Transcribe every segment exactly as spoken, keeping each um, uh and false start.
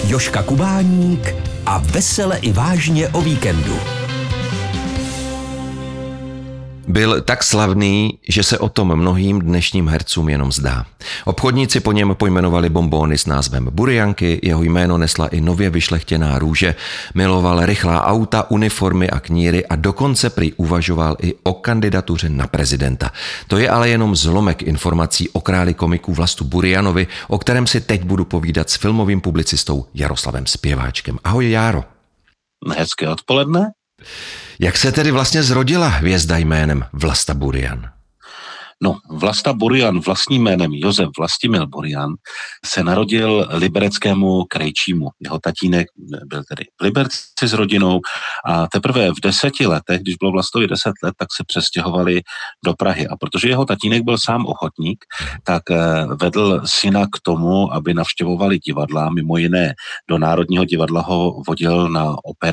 Jožka Kubáník a vesele i vážně o víkendu. Byl tak slavný, že se o tom mnohým dnešním hercům jenom zdá. Obchodníci po něm pojmenovali bonbóny s názvem Burianky, jeho jméno nesla i nově vyšlechtěná růže, miloval rychlá auta, uniformy a kníry a dokonce prý uvažoval i o kandidatuře na prezidenta. To je ale jenom zlomek informací o králi komiků Vlastu Burianovi, o kterém si teď budu povídat s filmovým publicistou Jaroslavem Zpěváčkem. Ahoj, Járo. Hezké odpoledne. Jak se tedy vlastně zrodila hvězda jménem Vlasta Burian? No, Vlasta Burian vlastním jménem Josef Vlastimil Burian se narodil libereckému krejčímu. Jeho tatínek byl tedy v Liberci s rodinou a teprve v deseti letech, když bylo Vlastovi deset let, tak se přestěhovali do Prahy. A protože jeho tatínek byl sám ochotník, tak vedl syna k tomu, aby navštěvovali divadla, mimo jiné do Národního divadla ho vodil na opery.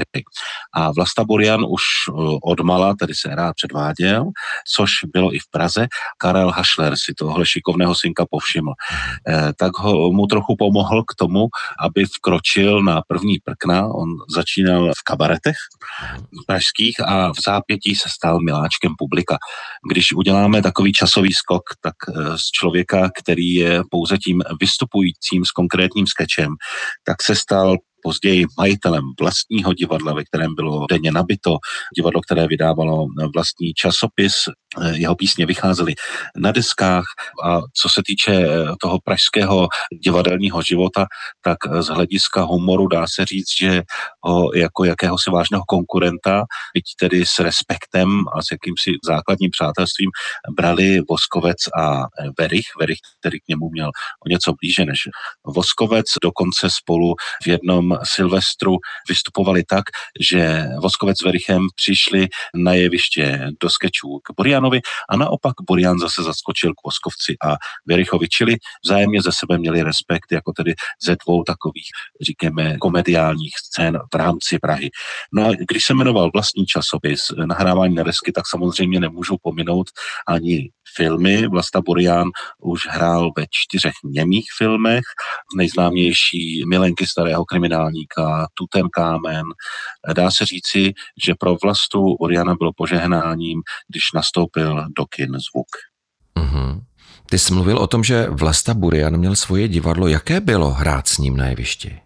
A Vlasta Burian už odmala, tedy se rád předváděl, což bylo i v Praze. Karel Hašler si tohle šikovného synka povšiml. Eh, tak ho, mu trochu pomohl k tomu, aby vkročil na první prkna. On začínal v kabaretech pražských a v zápětí se stal miláčkem publika. Když uděláme takový časový skok, tak eh, z člověka, který je pouze tím vystupujícím s konkrétním skečem, tak se stal později majitelem vlastního divadla, ve kterém bylo denně nabito, divadlo, které vydávalo vlastní časopis, jeho písně vycházely na deskách a co se týče toho pražského divadelního života, tak z hlediska humoru dá se říct, že ho jako jakéhosi vážného konkurenta, byť tedy s respektem a s jakýmsi základním přátelstvím, brali Voskovec a Werich. Werich, který k němu měl o něco blíže než Voskovec, dokonce spolu v jednom Silvestru vystupovali tak, že Voskovec s Werichem přišli na jeviště do skečů k Burianovi a naopak Burian zase zaskočil k Voskovci a Werichovi, čili vzájemně ze sebe měli respekt, jako tedy ze dvou takových, říkáme, komediálních scén v rámci Prahy. No a když se jmenoval vlastní časopis Nahrávání na desky, tak samozřejmě nemůžu pominout ani filmy. Vlasta Burian už hrál ve čtyřech němých filmech, nejznámější Milenky starého kriminálníka, Tutenkámen. Dá se říci, že pro Vlastu Buriana bylo požehnáním, když nastoupil do kin zvuk. Mm-hmm. Ty jsi mluvil o tom, že Vlasta Burian měl svoje divadlo. Jaké bylo hrát s ním na jevišti?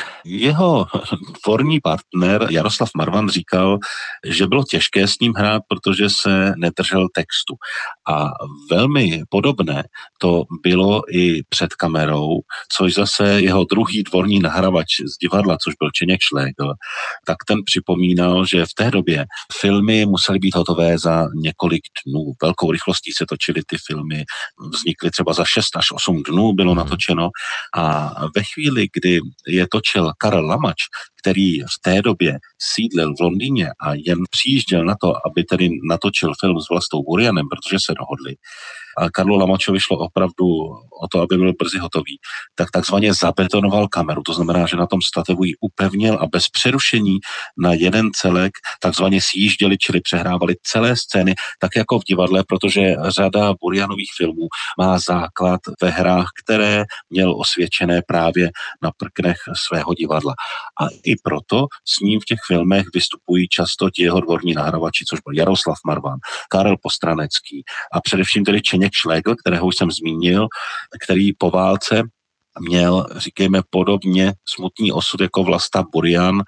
Jeho dvorní partner Jaroslav Marvan říkal, že bylo těžké s ním hrát, protože se nedržel textu. A velmi podobné to bylo i před kamerou, což zase jeho druhý dvorní nahravač z divadla, což byl Čeněk Šlégl, tak ten připomínal, že v té době filmy musely být hotové za několik dnů. Velkou rychlostí se točily ty filmy, vznikly třeba za šest až osm dnů bylo natočeno a ve chvíli, kdy je točil Karel Lamač, který v té době sídlil v Londýně a jen přijížděl na to, aby tedy natočil film s Vlastou Burianem, protože se dohodli. A Karlu Lamačovi šlo opravdu o to, aby byl brzy hotový, tak takzvaně zabetonoval kameru, to znamená, že na tom stativu ji upevnil a bez přerušení na jeden celek takzvaně sjížděli, čili přehrávali celé scény, tak jako v divadle, protože řada Burianových filmů má základ ve hrách, které měl osvědčené právě na prknech svého divadla. A i proto s ním v těch filmech vystupují často ti jeho dvorní nahravači, což byl Jaroslav Marvan, Karel Postranecký a především tedy Čeněk Šlégl, kterého už jsem zmínil, který po válce měl, říkejme, podobně smutný osud jako Vlasta Burian,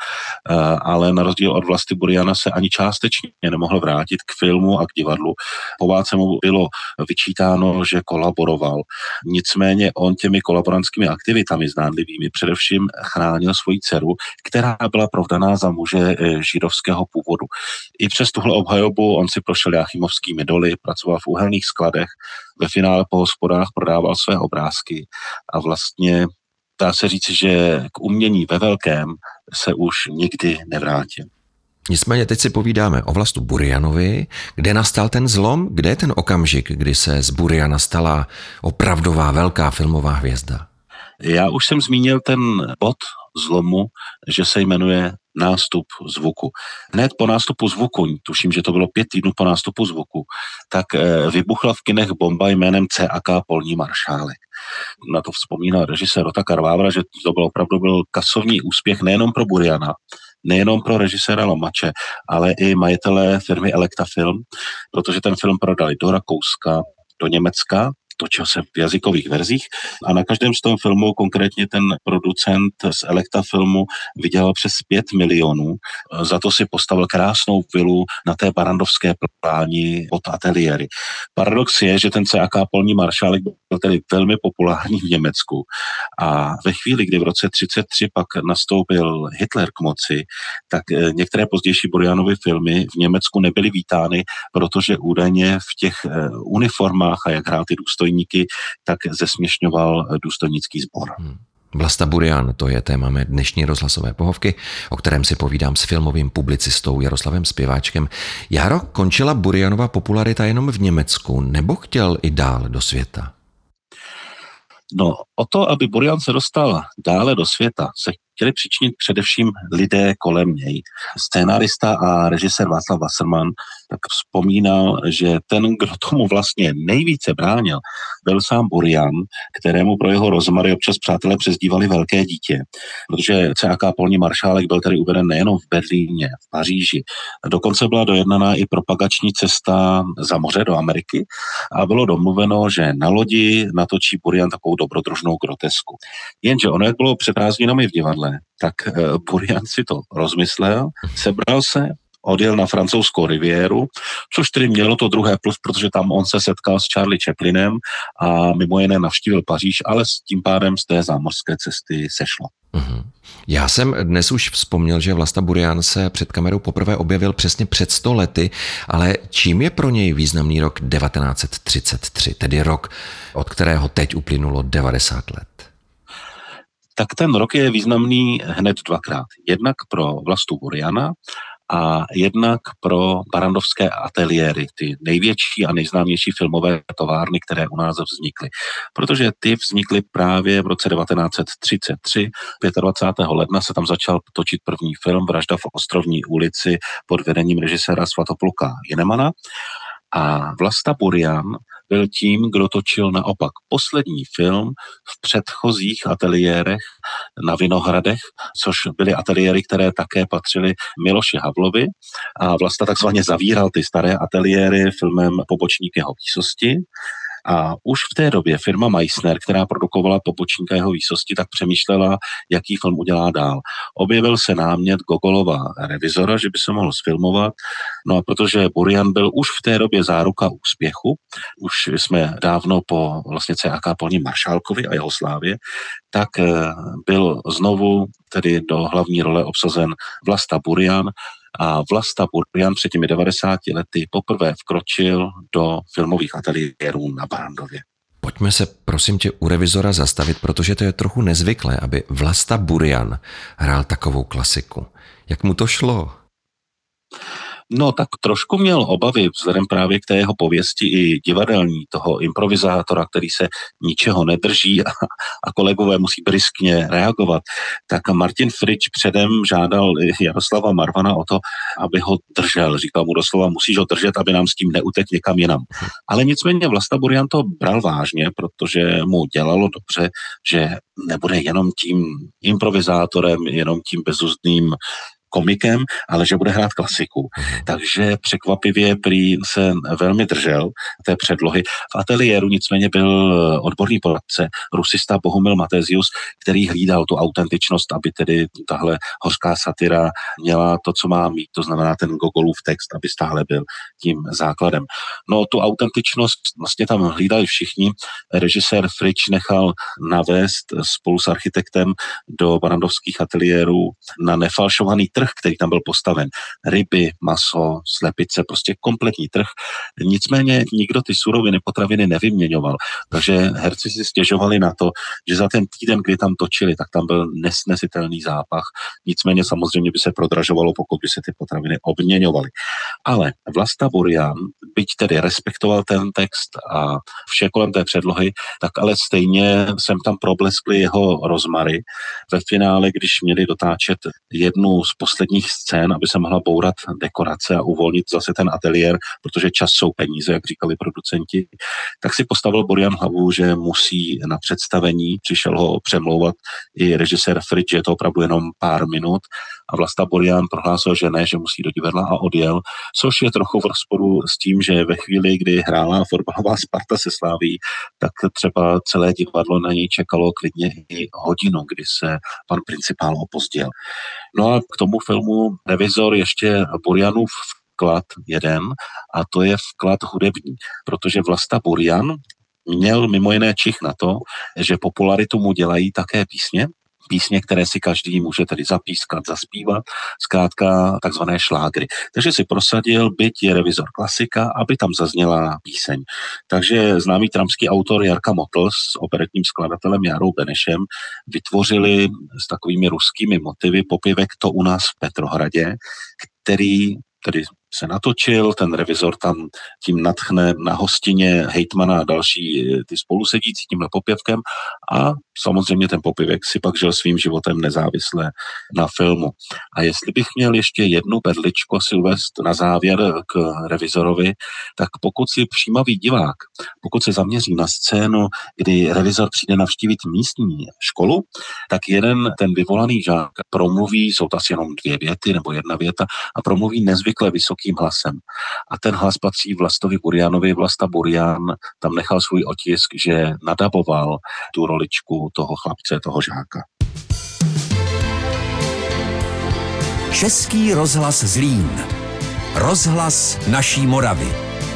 ale na rozdíl od Vlasty Buriana se ani částečně nemohl vrátit k filmu a k divadlu. Po válce mu bylo vyčítáno, že kolaboroval. Nicméně on těmi kolaborantskými aktivitami zdánlivými především chránil svoji dceru, která byla provdaná za muže židovského původu. I přes tuhle obhajobu on si prošel jáchymovskými doly, pracoval v uhelných skladech, ve finále po hospodách prodával své obrázky a vlastně dá se říct, že k umění ve velkém se už nikdy nevrátil. Nicméně teď si povídáme o Vlastu Burianovi, kde nastal ten zlom, kde je ten okamžik, kdy se z Buriana stala opravdová velká filmová hvězda. Já už jsem zmínil ten bod zlomu, že se jmenuje nástup zvuku. Hned po nástupu zvuku, tuším, že to bylo pět týdnů po nástupu zvuku, tak vybuchla v kinech bomba jménem C A K Polní maršálek. Na to vzpomínal režisér Otakar Vávra, že to byl opravdu byl kasovní úspěch nejenom pro Buriana, nejenom pro režiséra Lomače, ale i majitelé firmy Elekta Film, protože ten film prodali do Rakouska, do Německa, točil se v jazykových verzích a na každém z toho filmu konkrétně ten producent z Elekta Filmu vydělal přes pět milionů. Za to si postavil krásnou vilu na té barandovské pláni od ateliéry. Paradox je, že ten C A K polní maršálek byl tedy velmi populární v Německu a ve chvíli, kdy v roce třicet tři pak nastoupil Hitler k moci, tak některé pozdější Burianovy filmy v Německu nebyly vítány, protože údajně v těch uniformách a jak hrál ty důstojníky, tak zesměšňoval důstojnický sbor. Hmm. Vlasta Burian, to je téma mé dnešní rozhlasové pohovky, o kterém si povídám s filmovým publicistou Jaroslavem Zpěváčkem. Jaro, končila Burianova popularita jenom v Německu, nebo chtěl i dál do světa? No, o to, aby Burian se dostal dále do světa, se chtěli přičinit především lidé kolem něj. Scénárista a režisér Václav Wasserman tak vzpomínal, že ten, kdo tomu vlastně nejvíce bránil, byl sám Burian, kterému pro jeho rozmary občas přátelé přezdívali velké dítě, protože C A K polní maršálek byl tady uveden nejenom v Berlíně, v Paříži. Dokonce byla dojednaná i propagační cesta za moře do Ameriky a bylo domluveno, že na lodi natočí Burian takovou dobrodružnou grotesku. Jenže ono, jak bylo před prázdninami v divadle, tak Burian si to rozmyslel, sebral se, odjel na francouzskou riviéru, což tedy mělo to druhé plus, protože tam on se setkal s Charlie Chaplinem a mimo jiné navštívil Paříž, ale s tím pádem z té zámořské cesty sešlo. Mm-hmm. Já jsem dnes už vzpomněl, že Vlasta Burian se před kamerou poprvé objevil přesně před sto lety, ale čím je pro něj významný rok devatenáct set třicet tři, tedy rok, od kterého teď uplynulo devadesát let? Tak ten rok je významný hned dvakrát. Jednak pro Vlastu Buriana a jednak pro barandovské ateliéry, ty největší a nejznámější filmové továrny, které u nás vznikly. Protože ty vznikly právě v roce devatenáct set třicet tři, dvacátého pátého ledna se tam začal točit první film Vražda v Ostrovní ulici pod vedením režiséra Svatopluka Jinemana. A Vlasta Burian byl tím, kdo točil naopak poslední film v předchozích ateliérech na Vinohradech, což byly ateliéry, které také patřily Miloši Havlovi a Vlasta takzvaně zavíral ty staré ateliéry filmem Pobočník jeho výsosti. A už v té době firma Meissner, která produkovala Pobočníka jeho výsosti, tak přemýšlela, jaký film udělá dál. Objevil se námět Gogolova Revizora, že by se mohl sfilmovat. No a protože Burian byl už v té době záruka úspěchu, už jsme dávno po vlastně C A K polním maršálkovi a jeho slávě, tak byl znovu tedy do hlavní role obsazen Vlasta Burian. A Vlasta Burian před těmi devadesáti lety poprvé vkročil do filmových ateliérů na Barandově. Pojďme se prosím tě u Revizora zastavit, protože to je trochu nezvyklé, aby Vlasta Burian hrál takovou klasiku. Jak mu to šlo? No tak trošku měl obavy vzhledem právě k té jeho pověsti i divadelní, toho improvizátora, který se ničeho nedrží a, a kolegové musí briskně reagovat. Tak Martin Fritsch předem žádal Jaroslava Marvana o to, aby ho držel. Říkal mu doslova, musíš ho držet, aby nám s tím neutek někam jinam. Ale nicméně Vlasta Burian to bral vážně, protože mu dělalo dobře, že nebude jenom tím improvizátorem, jenom tím bezuzdným komikem, ale že bude hrát klasiku. Takže překvapivě prý se velmi držel té předlohy. V ateliéru nicméně byl odborný poradce, rusista Bohumil Matézius, který hlídal tu autentičnost, aby tedy tahle hořká satira měla to, co má mít, to znamená ten Gogolův text, aby stále byl tím základem. No tu autentičnost vlastně tam hlídali všichni. Režisér Fritsch nechal navést spolu s architektem do barandovských ateliérů na nefalšovaný trh, který tam byl postaven. Ryby, maso, slepice, prostě kompletní trh. Nicméně nikdo ty suroviny, potraviny nevyměňoval. Takže herci si stěžovali na to, že za ten týden, kdy tam točili, tak tam byl nesnesitelný zápach. Nicméně samozřejmě by se prodražovalo, pokud by se ty potraviny obměňovaly. Ale Vlasta Burian, byť tedy respektoval ten text a vše kolem té předlohy, tak ale stejně sem tam probleskly jeho rozmary. Ve finále, když měli dotáčet jednu z posledních scén, aby se mohla bourat dekorace a uvolnit zase ten ateliér, protože čas jsou peníze, jak říkali producenti, tak si postavil Burian hlavu, že musí na představení, přišel ho přemlouvat i režisér Fritz, že je to opravdu jenom pár minut a Vlasta Burian prohlásil, že ne, že musí do divadla a odjel, což je trochu v rozporu s tím, že ve chvíli, kdy hrála fotbalová Sparta se Slaví, tak třeba celé divadlo na něj čekalo klidně i hodinu, kdy se pan principál opozdil. No a k tomu filmu Revizor ještě Burianův vklad jeden a to je vklad hudební, protože Vlasta Burian měl mimo jiné čich na to, že popularitu mu dělají také písně, písně, které si každý může tedy zapískat, zaspívat, zkrátka takzvané šlágry. Takže si prosadil, byť je Revizor klasika, aby tam zazněla píseň. Takže známý tramský autor Jarka Motl s operetním skladatelem Járou Benešem vytvořili s takovými ruskými motivy popěvek To u nás v Petrohradě, který tedy se natočil, ten Revizor tam tím nadchne na hostině hejtmana a další ty spolusedící tímhle popěvkem a samozřejmě ten popěvek si pak žil svým životem nezávisle na filmu. A jestli bych měl ještě jednu perličku Silvest na závěr k Revizorovi, tak pokud si všímavý divák, pokud se zaměří na scénu, kdy Revizor přijde navštívit místní školu, tak jeden ten vyvolaný žák promluví, jsou to asi jenom dvě věty nebo jedna věta, a promluví nezvykle vysokým hlasem. A ten hlas patří Vlastovi Burianovi. Vlasta Burian tam nechal svůj otisk, že nadaboval tu roličku toho chlapce, toho žáka. Český rozhlas Zlín. Rozhlas naší Moravy.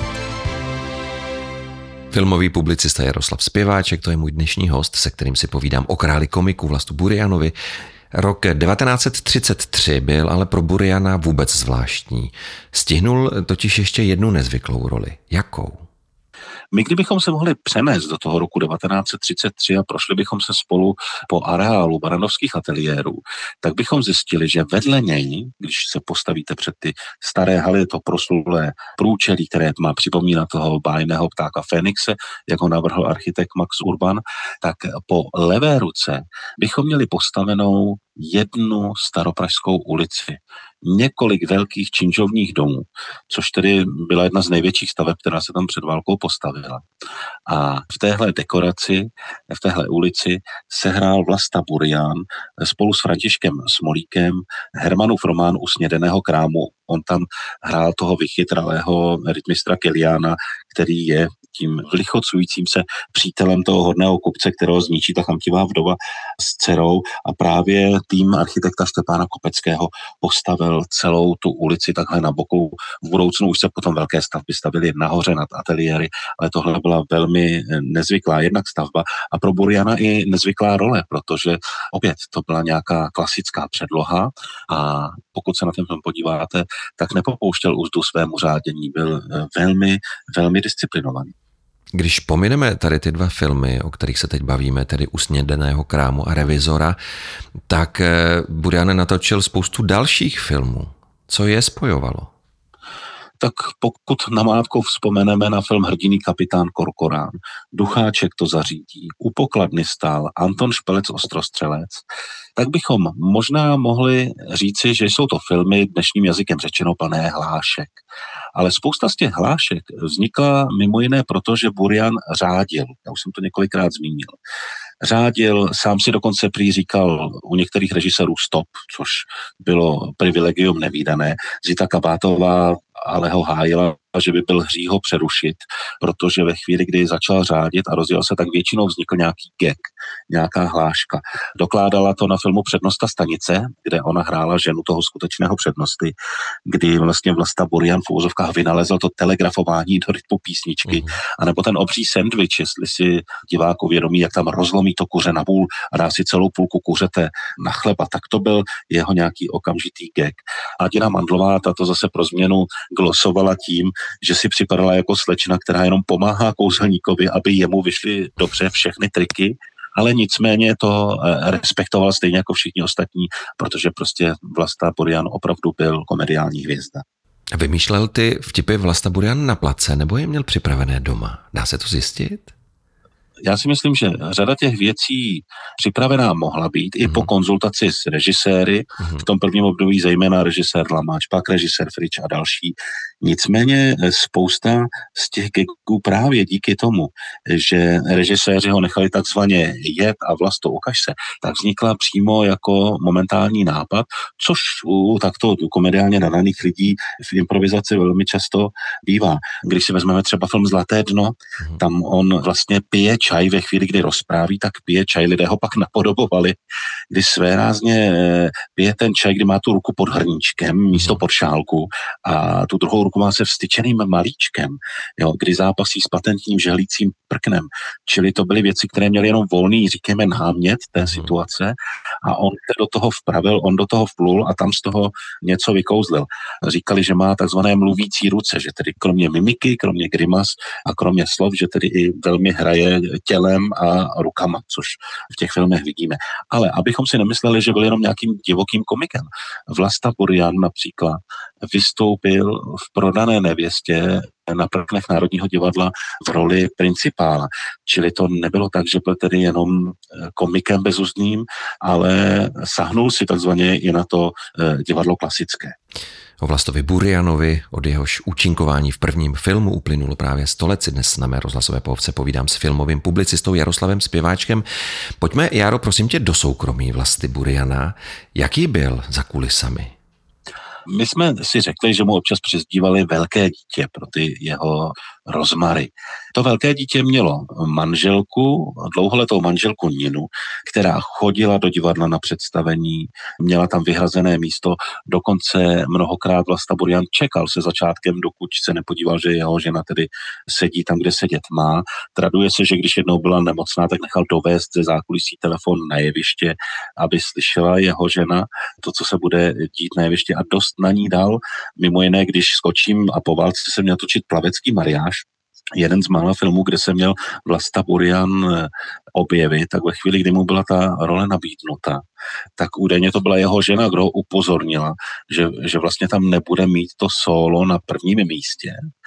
Filmový publicista Jaroslav Zpěváček, to je můj dnešní host, se kterým si povídám o králi komiku Vlastu Burianovi. Rok devatenáct set třicet tři byl ale pro Buriana vůbec zvláštní. Stihnul totiž ještě jednu nezvyklou roli. Jakou? My kdybychom se mohli přenést do toho roku devatenáct set třicet tři a prošli bychom se spolu po areálu baranovských ateliérů, tak bychom zjistili, že vedle něj, když se postavíte před ty staré haly, to proslulé průčelí, které má připomínat toho bájného ptáka Fénixe, jak ho navrhl architekt Max Urban, tak po levé ruce bychom měli postavenou jednu staropražskou ulici. Několik velkých činžovních domů, což tedy byla jedna z největších staveb, která se tam před válkou postavila. A v téhle dekoraci, v téhle ulici sehrál Vlasta Burian spolu s Františkem Smolíkem Hermanův román U snědeného krámu. On tam hrál toho vychytralého rytmistra Kiliána, který je tím vlichocujícím se přítelem toho hodného kupce, kterého zničí ta chamtivá vdova s dcerou, a právě tým architekta Štěpána Kopeckého postavil celou tu ulici takhle na boku. V budoucnu už se potom velké stavby stavily nahoře nad ateliéry, ale tohle byla velmi nezvyklá jednak stavba a pro Buriana i nezvyklá role, protože opět to byla nějaká klasická předloha a pokud se na ten film podíváte, tak nepopouštěl úzdu svému řádění, byl velmi, velmi disciplinovaný. Když pomineme tady ty dva filmy, o kterých se teď bavíme, tedy U snědeného krámu a Revizora, tak Burian natočil spoustu dalších filmů. Co je spojovalo? Tak pokud namátkou vzpomeneme na film Hrdinný kapitán Korkorán, Ducháček to zařídí, U pokladny stál Anton Špelec Ostrostřelec, tak bychom možná mohli říci, že jsou to filmy dnešním jazykem řečeno plné hlášek. Ale spousta z těch hlášek vznikla mimo jiné proto, že Burian řádil. Já už jsem to několikrát zmínil. Řádil, sám si dokonce prý říkal u některých režisérů stop, což bylo privilegium nevídané. Zita Kabátová ale ho hájila, že by byl hřích ho přerušit, protože ve chvíli, kdy začal řádit a rozjel se, tak většinou vznikl nějaký gag, nějaká hláška. Dokládala to na filmu Přednosta stanice, kde ona hrála ženu toho skutečného přednosty, kdy vlastně Vlasta Burian v úvozovkách vynalezl to telegrafování do rytmu písničky, mm. anebo ten obří sendvič, jestli si divák uvědomí, jak tam rozlomí to kuře na půl a dá si celou půlku kuřete na chleba, tak to byl jeho nějaký okamžitý gag. A Dina Mandlová, tato zase pro změnu glosovala tím, že si připadala jako slečna, která jenom pomáhá kouzelníkovi, aby jemu vyšly dobře všechny triky, ale nicméně to respektoval stejně jako všichni ostatní, protože prostě Vlasta Burian opravdu byl komediální hvězda. Vymýšlel ty vtipy Vlasta Burian na place, nebo je měl připravené doma? Dá se to zjistit? Já si myslím, že řada těch věcí připravená mohla být i po konzultaci s režiséry, v tom prvním období zejména režisér Lamáč, pak režisér Frič a další. Nicméně spousta z těch gagů právě díky tomu, že režiséři ho nechali takzvaně jet a Vlasto ukaž se, tak vznikla přímo jako momentální nápad, což u takto komediálně nadaných lidí v improvizaci velmi často bývá. Když si vezmeme třeba film Zlaté dno, tam on vlastně pije čaj ve chvíli, kdy rozpráví, tak pije čaj, lidé ho pak napodobovali, kdy svérázně pije ten čaj, kdy má tu ruku pod hrníčkem místo pod šálku a tu druhou ruku má se vstyčeným malíčkem, jo, kdy zápasí s patentním žehlícím prknem. Čili to byly věci, které měly jenom volný, říkáme, námět té situace a on se do toho vpravil, on do toho vplul a tam z toho něco vykouzlil. Říkali, že má takzvané mluvící ruce, že tedy kromě mimiky, kromě grimas a kromě slov, že tedy i velmi hraje tělem a rukama, což v těch filmech vidíme. Ale abychom si nemysleli, že byl jenom nějakým divokým komikem. Vlasta Burian například vystoupil v Prodané nevěstě na prknech Národního divadla v roli principála. Čili to nebylo tak, že byl tedy jenom komikem bezuzdným, ale sahnul si takzvaně i na to divadlo klasické. O Vlastovi Burianovi, od jehož účinkování v prvním filmu uplynulo právě sto let, si dnes na mé rozhlasové pohovce povídám s filmovým publicistou Jaroslavem Zpěváčkem. Pojďme, Jaro, prosím tě, do soukromí Vlasty Buriana. Jaký byl za kulisami? My jsme si řekli, že mu občas přezdívali velké dítě pro ty jeho rozmary. To velké dítě mělo manželku, dlouholetou manželku Ninu, která chodila do divadla na představení, měla tam vyhrazené místo, dokonce mnohokrát Vlasta Burian čekal se začátkem, dokud se nepodíval, že jeho žena tedy sedí tam, kde sedět má. Traduje se, že když jednou byla nemocná, tak nechal dovést ze zákulisí telefon na jeviště, aby slyšela jeho žena to, co se bude dít na jeviště a dost na ní dal. Mimo jiné, když skočím a po válce se měl točit Plavecký mariáš, jeden z mála filmů, kde se měl Vlasta Burian objevit, tak ve chvíli, kdy mu byla ta role nabídnuta, tak údajně to byla jeho žena, kdo ho upozornila, že, že vlastně tam nebude mít to solo na prvním místě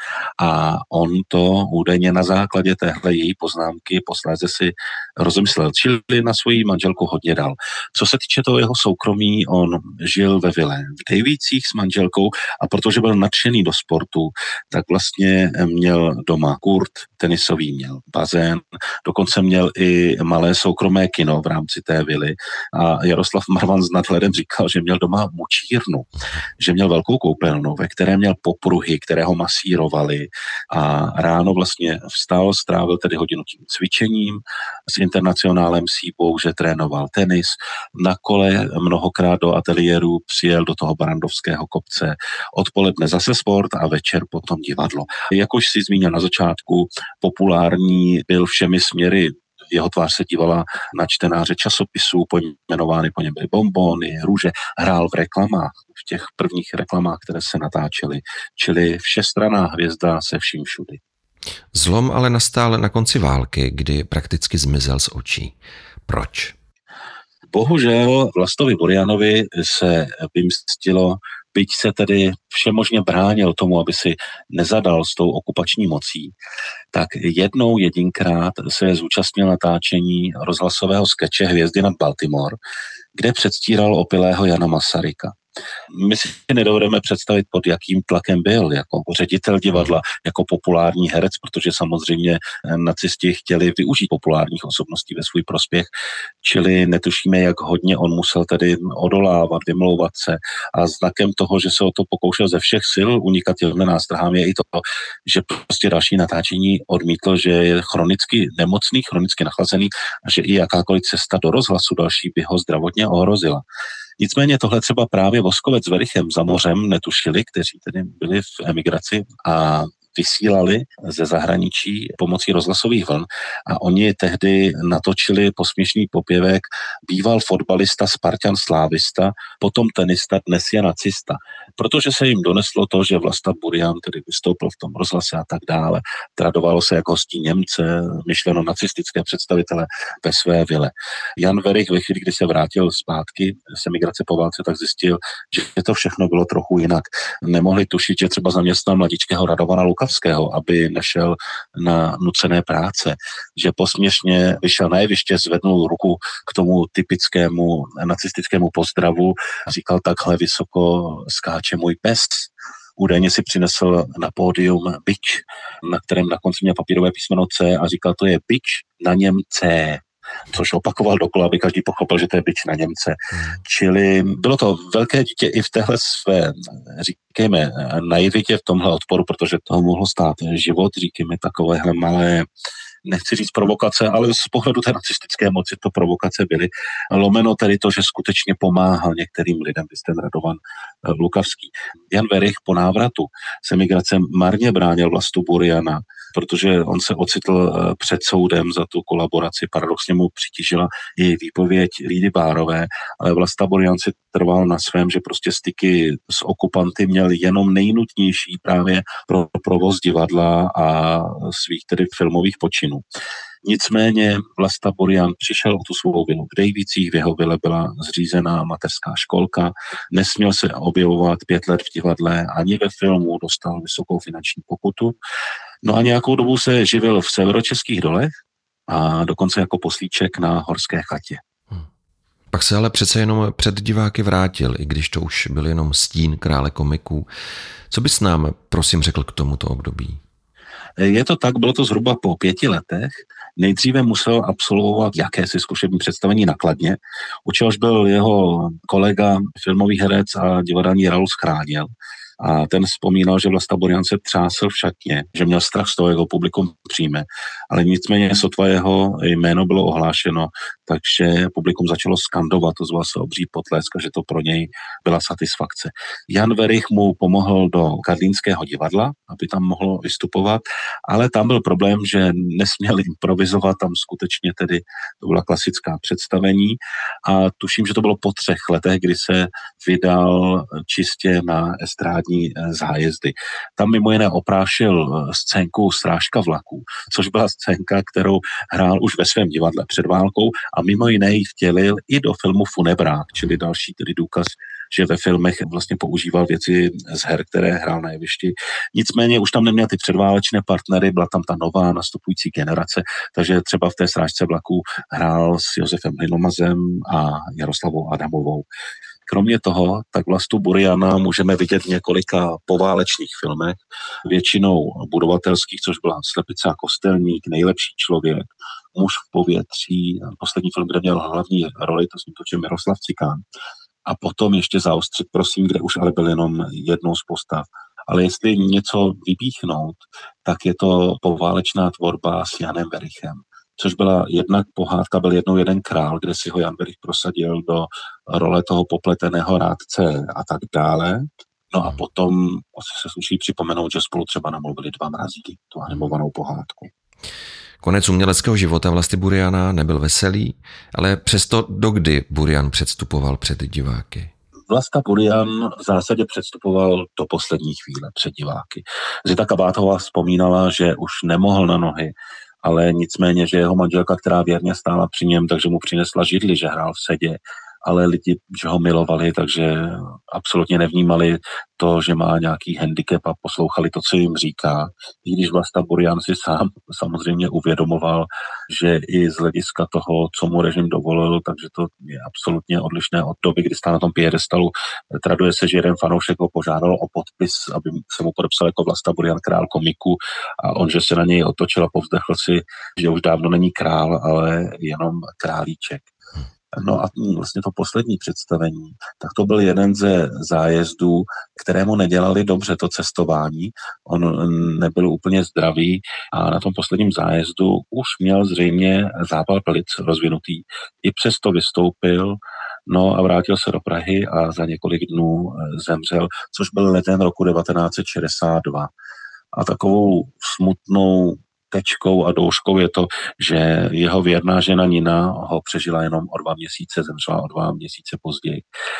a on to údajně na základě téhle její poznámky posléze si rozmyslel, čili na svoji manželku hodně dal. Co se týče toho jeho soukromí, on žil ve vile v Dejvících s manželkou a protože byl nadšený do sportu, tak vlastně měl doma kurt tenisový, měl bazén, dokonce měl i malé soukromé kino v rámci té vily a Jaroslav Marvan s nadhledem říkal, že měl doma mučírnu, že měl velkou koupelnu, ve které měl popruhy, které ho masírovaly a ráno vlastně vstal, strávil tedy hodinu tím cvičením, s internacionálem Síbou, že trénoval tenis, na kole mnohokrát do ateliéru přijel do toho Barandovského kopce, odpoledne zase sport a večer potom divadlo. Jak už si zmínil na začátku, populární byl všemi směry. Jeho tvář se dívala na čtenáře časopisů, pojmenovány po něm byly bonbony, růže, hrál v reklamách, v těch prvních reklamách, které se natáčely, čili všestranná hvězda se vším všudy. Zlom ale nastal na konci války, kdy prakticky zmizel z očí. Proč? Bohužel Vlastovi Burianovi se vymstilo, byť se tedy všemožně bránil tomu, aby si nezadal s tou okupační mocí, tak jednou jedinkrát se zúčastnil natáčení rozhlasového skeče Hvězdy nad Baltimore, kde předstíral opilého Jana Masaryka. My si nedovedeme představit, pod jakým tlakem byl jako ředitel divadla, jako populární herec, protože samozřejmě nacisti chtěli využít populárních osobností ve svůj prospěch, čili netušíme, jak hodně on musel tedy odolávat, vymlouvat se a znakem toho, že se o to pokoušel ze všech sil unikat těmhle nástrahám je i to, že prostě další natáčení odmítl, že je chronicky nemocný, chronicky nachlazený a že i jakákoliv cesta do rozhlasu další by ho zdravotně ohrozila. Nicméně tohle třeba právě Voskovec s Werichem za mořem netušili, kteří tedy byli v emigraci a vysílali ze zahraničí pomocí rozhlasových vln a oni tehdy natočili posměšný popěvek býval fotbalista Spartan Slávista, potom tenista, dnes je nacista. Protože se jim doneslo to, že Vlasta Burian tedy vystoupil v tom rozhlase a tak dále. Tradovalo se jako hostí Němce, myšleno nacistické představitele ve své vile. Jan Werich ve chvíli, kdy se vrátil zpátky z emigrace po válce, tak zjistil, že to všechno bylo trochu jinak. Nemohli tušit, že třeba zaměstnal mladičkého Radovana Lukaše, Lukavského, aby nešel na nucené práce, že posměšně vyšel na jeviště, zvednul ruku k tomu typickému nacistickému pozdravu a říkal, takhle vysoko skáče můj pes. Údajně si přinesl na pódium bič, na kterém na konci měl papírové písmeno C a říkal, to je bič, na něm C, což opakoval dokola, aby každý pochopil, že to je bič na Němce. Čili bylo to velké dítě i v téhle své, říkejme, naivitě v tomhle odporu, protože toho mohlo stát život, říkejme, takovéhle malé, nechci říct provokace, ale z pohledu té nacistické moci to provokace byly. Lomeno tedy to, že skutečně pomáhal některým lidem, vy jste Radovan Lukavský. Jan Werich po návratu z emigrace marně bránil Vlastu Buriana, protože on se ocitl před soudem za tu kolaboraci. Paradoxně mu přitížila její výpověď Lídy Bárové, ale Vlasta Burian si trval na svém, že prostě styky s okupanty měl jenom nejnutnější právě pro provoz divadla a svých tedy filmových počinů. Nicméně Vlasta Burian přišel o tu svou vilu v Dejvicích, v jeho vile byla zřízená mateřská školka, nesměl se objevovat pět let v divadle, ani ve filmu, dostal vysokou finanční pokutu. No a nějakou dobu se živil v severočeských dolech a dokonce jako poslíček na horské chatě. Hmm. Pak se ale přece jenom před diváky vrátil, i když to už byl jenom stín krále komiků. Co bys nám, prosím, řekl k tomuto období? Je to tak, bylo to zhruba po pěti letech. Nejdříve musel absolvovat jakési zkušební představení na Kladně, u čehož byl jeho kolega, filmový herec a divadelní Raul Schráněl. A ten vzpomínal, že Vlasta Burian se třásl v šatně, že měl strach z toho, jak ho publikum přijme. Ale nicméně sotva jeho jméno bylo ohlášeno, takže publikum začalo skandovat, ozval se obří potlesk a že to pro něj byla satisfakce. Jan Werich mu pomohl do Karlínského divadla, aby tam mohl vystupovat, ale tam byl problém, že nesměl improvizovat, tam skutečně tedy to byla klasická představení a tuším, že to bylo po třech letech, kdy se vydal čistě na estrádní zájezdy. Tam mimo jiné oprášil scénku Strážka vlaků, což byla scénka, kterou hrál už ve svém divadle před válkou a mimo jiné ji vtělil i do filmu Funebrák, čili další tedy důkaz, že ve filmech vlastně používal věci z her, které hrál na jevišti. Nicméně už tam neměl ty předválečné partnery, byla tam ta nová nastupující generace, takže třeba v té Strážce vlaků hrál s Josefem Hlinomazem a Jaroslavou Adamovou. Kromě toho, tak Vlastu Buriana můžeme vidět v několika poválečných filmech, většinou budovatelských, což byla Slepice a kostelník, Nejlepší člověk, Muž v povětří, poslední film, kde měl hlavní roli, to s ním točil Miroslav Cikán. A potom ještě Zaostřit, prosím, kde už ale byl jenom jednou z postav. Ale jestli něco vypíchnout, tak je to poválečná tvorba s Janem Werichem, což byla jednak pohádka, byl jednou jeden král, kde si ho Jan Werich prosadil do role toho popleteného rádce a tak dále. No a potom asi se sluší připomenout, že spolu třeba namluvili Dva mrazíky, tu animovanou pohádku. Konec uměleckého života Vlasty Buriana nebyl veselý, ale přesto dokdy Burian předstupoval před diváky? Vlasta Burian v zásadě předstupoval do poslední chvíle před diváky. Zita Kabátová vzpomínala, že už nemohl na nohy, ale nicméně, že jeho manželka, která věrně stála při něm, takže mu přinesla židli, že hrál v sedě, ale lidi, že ho milovali, takže absolutně nevnímali to, že má nějaký handicap a poslouchali to, co jim říká. I když Vlasta Burian si sám samozřejmě uvědomoval, že i z hlediska toho, co mu režim dovolil, takže to je absolutně odlišné od doby, kdy stál na tom piedestalu. Traduje se, že jeden fanoušek ho požádal o podpis, aby se mu podepsal jako Vlasta Burian král komiků a on, že se na něj otočil a povzdechl si, že už dávno není král, ale jenom králíček. No a vlastně to poslední představení, tak to byl jeden ze zájezdů, kterému nedělali dobře to cestování. On nebyl úplně zdravý a na tom posledním zájezdu už měl zřejmě zápal plic rozvinutý. I přesto vystoupil, no a vrátil se do Prahy a za několik dnů zemřel, což byl leden roku devatenáct set šedesát dva. A takovou smutnou tečkou a douškou je to, že jeho věrná žena Nina ho přežila jenom o dva měsíce, zemřela o dva měsíce později.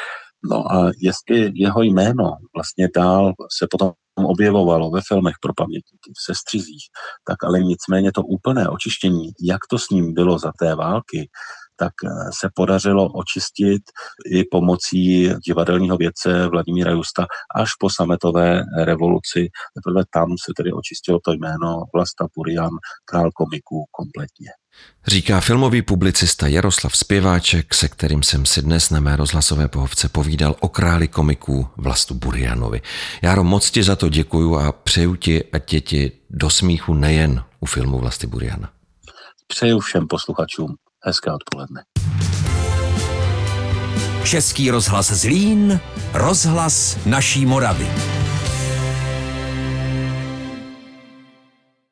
No a jestli jeho jméno vlastně dál se potom objevovalo ve filmech pro pamětníky, v Sestřizích, tak ale nicméně to úplné očištění, jak to s ním bylo za té války, tak se podařilo očistit i pomocí divadelního vědce Vladimíra Justa až po sametové revoluci. Teprve tam se tedy očistilo to jméno Vlasta Burian, král komiků, kompletně. Říká filmový publicista Jaroslav Zpěváček, se kterým jsem si dnes na mé rozhlasové pohovce povídal o králi komiků Vlastu Burianovi. Járo, moc ti za to děkuju a přeju ti, ať tě ti do smíchu nejen u filmu Vlasty Buriana. Přeju všem posluchačům hezké odpoledne. Český rozhlas Zlín, rozhlas naší Moravy.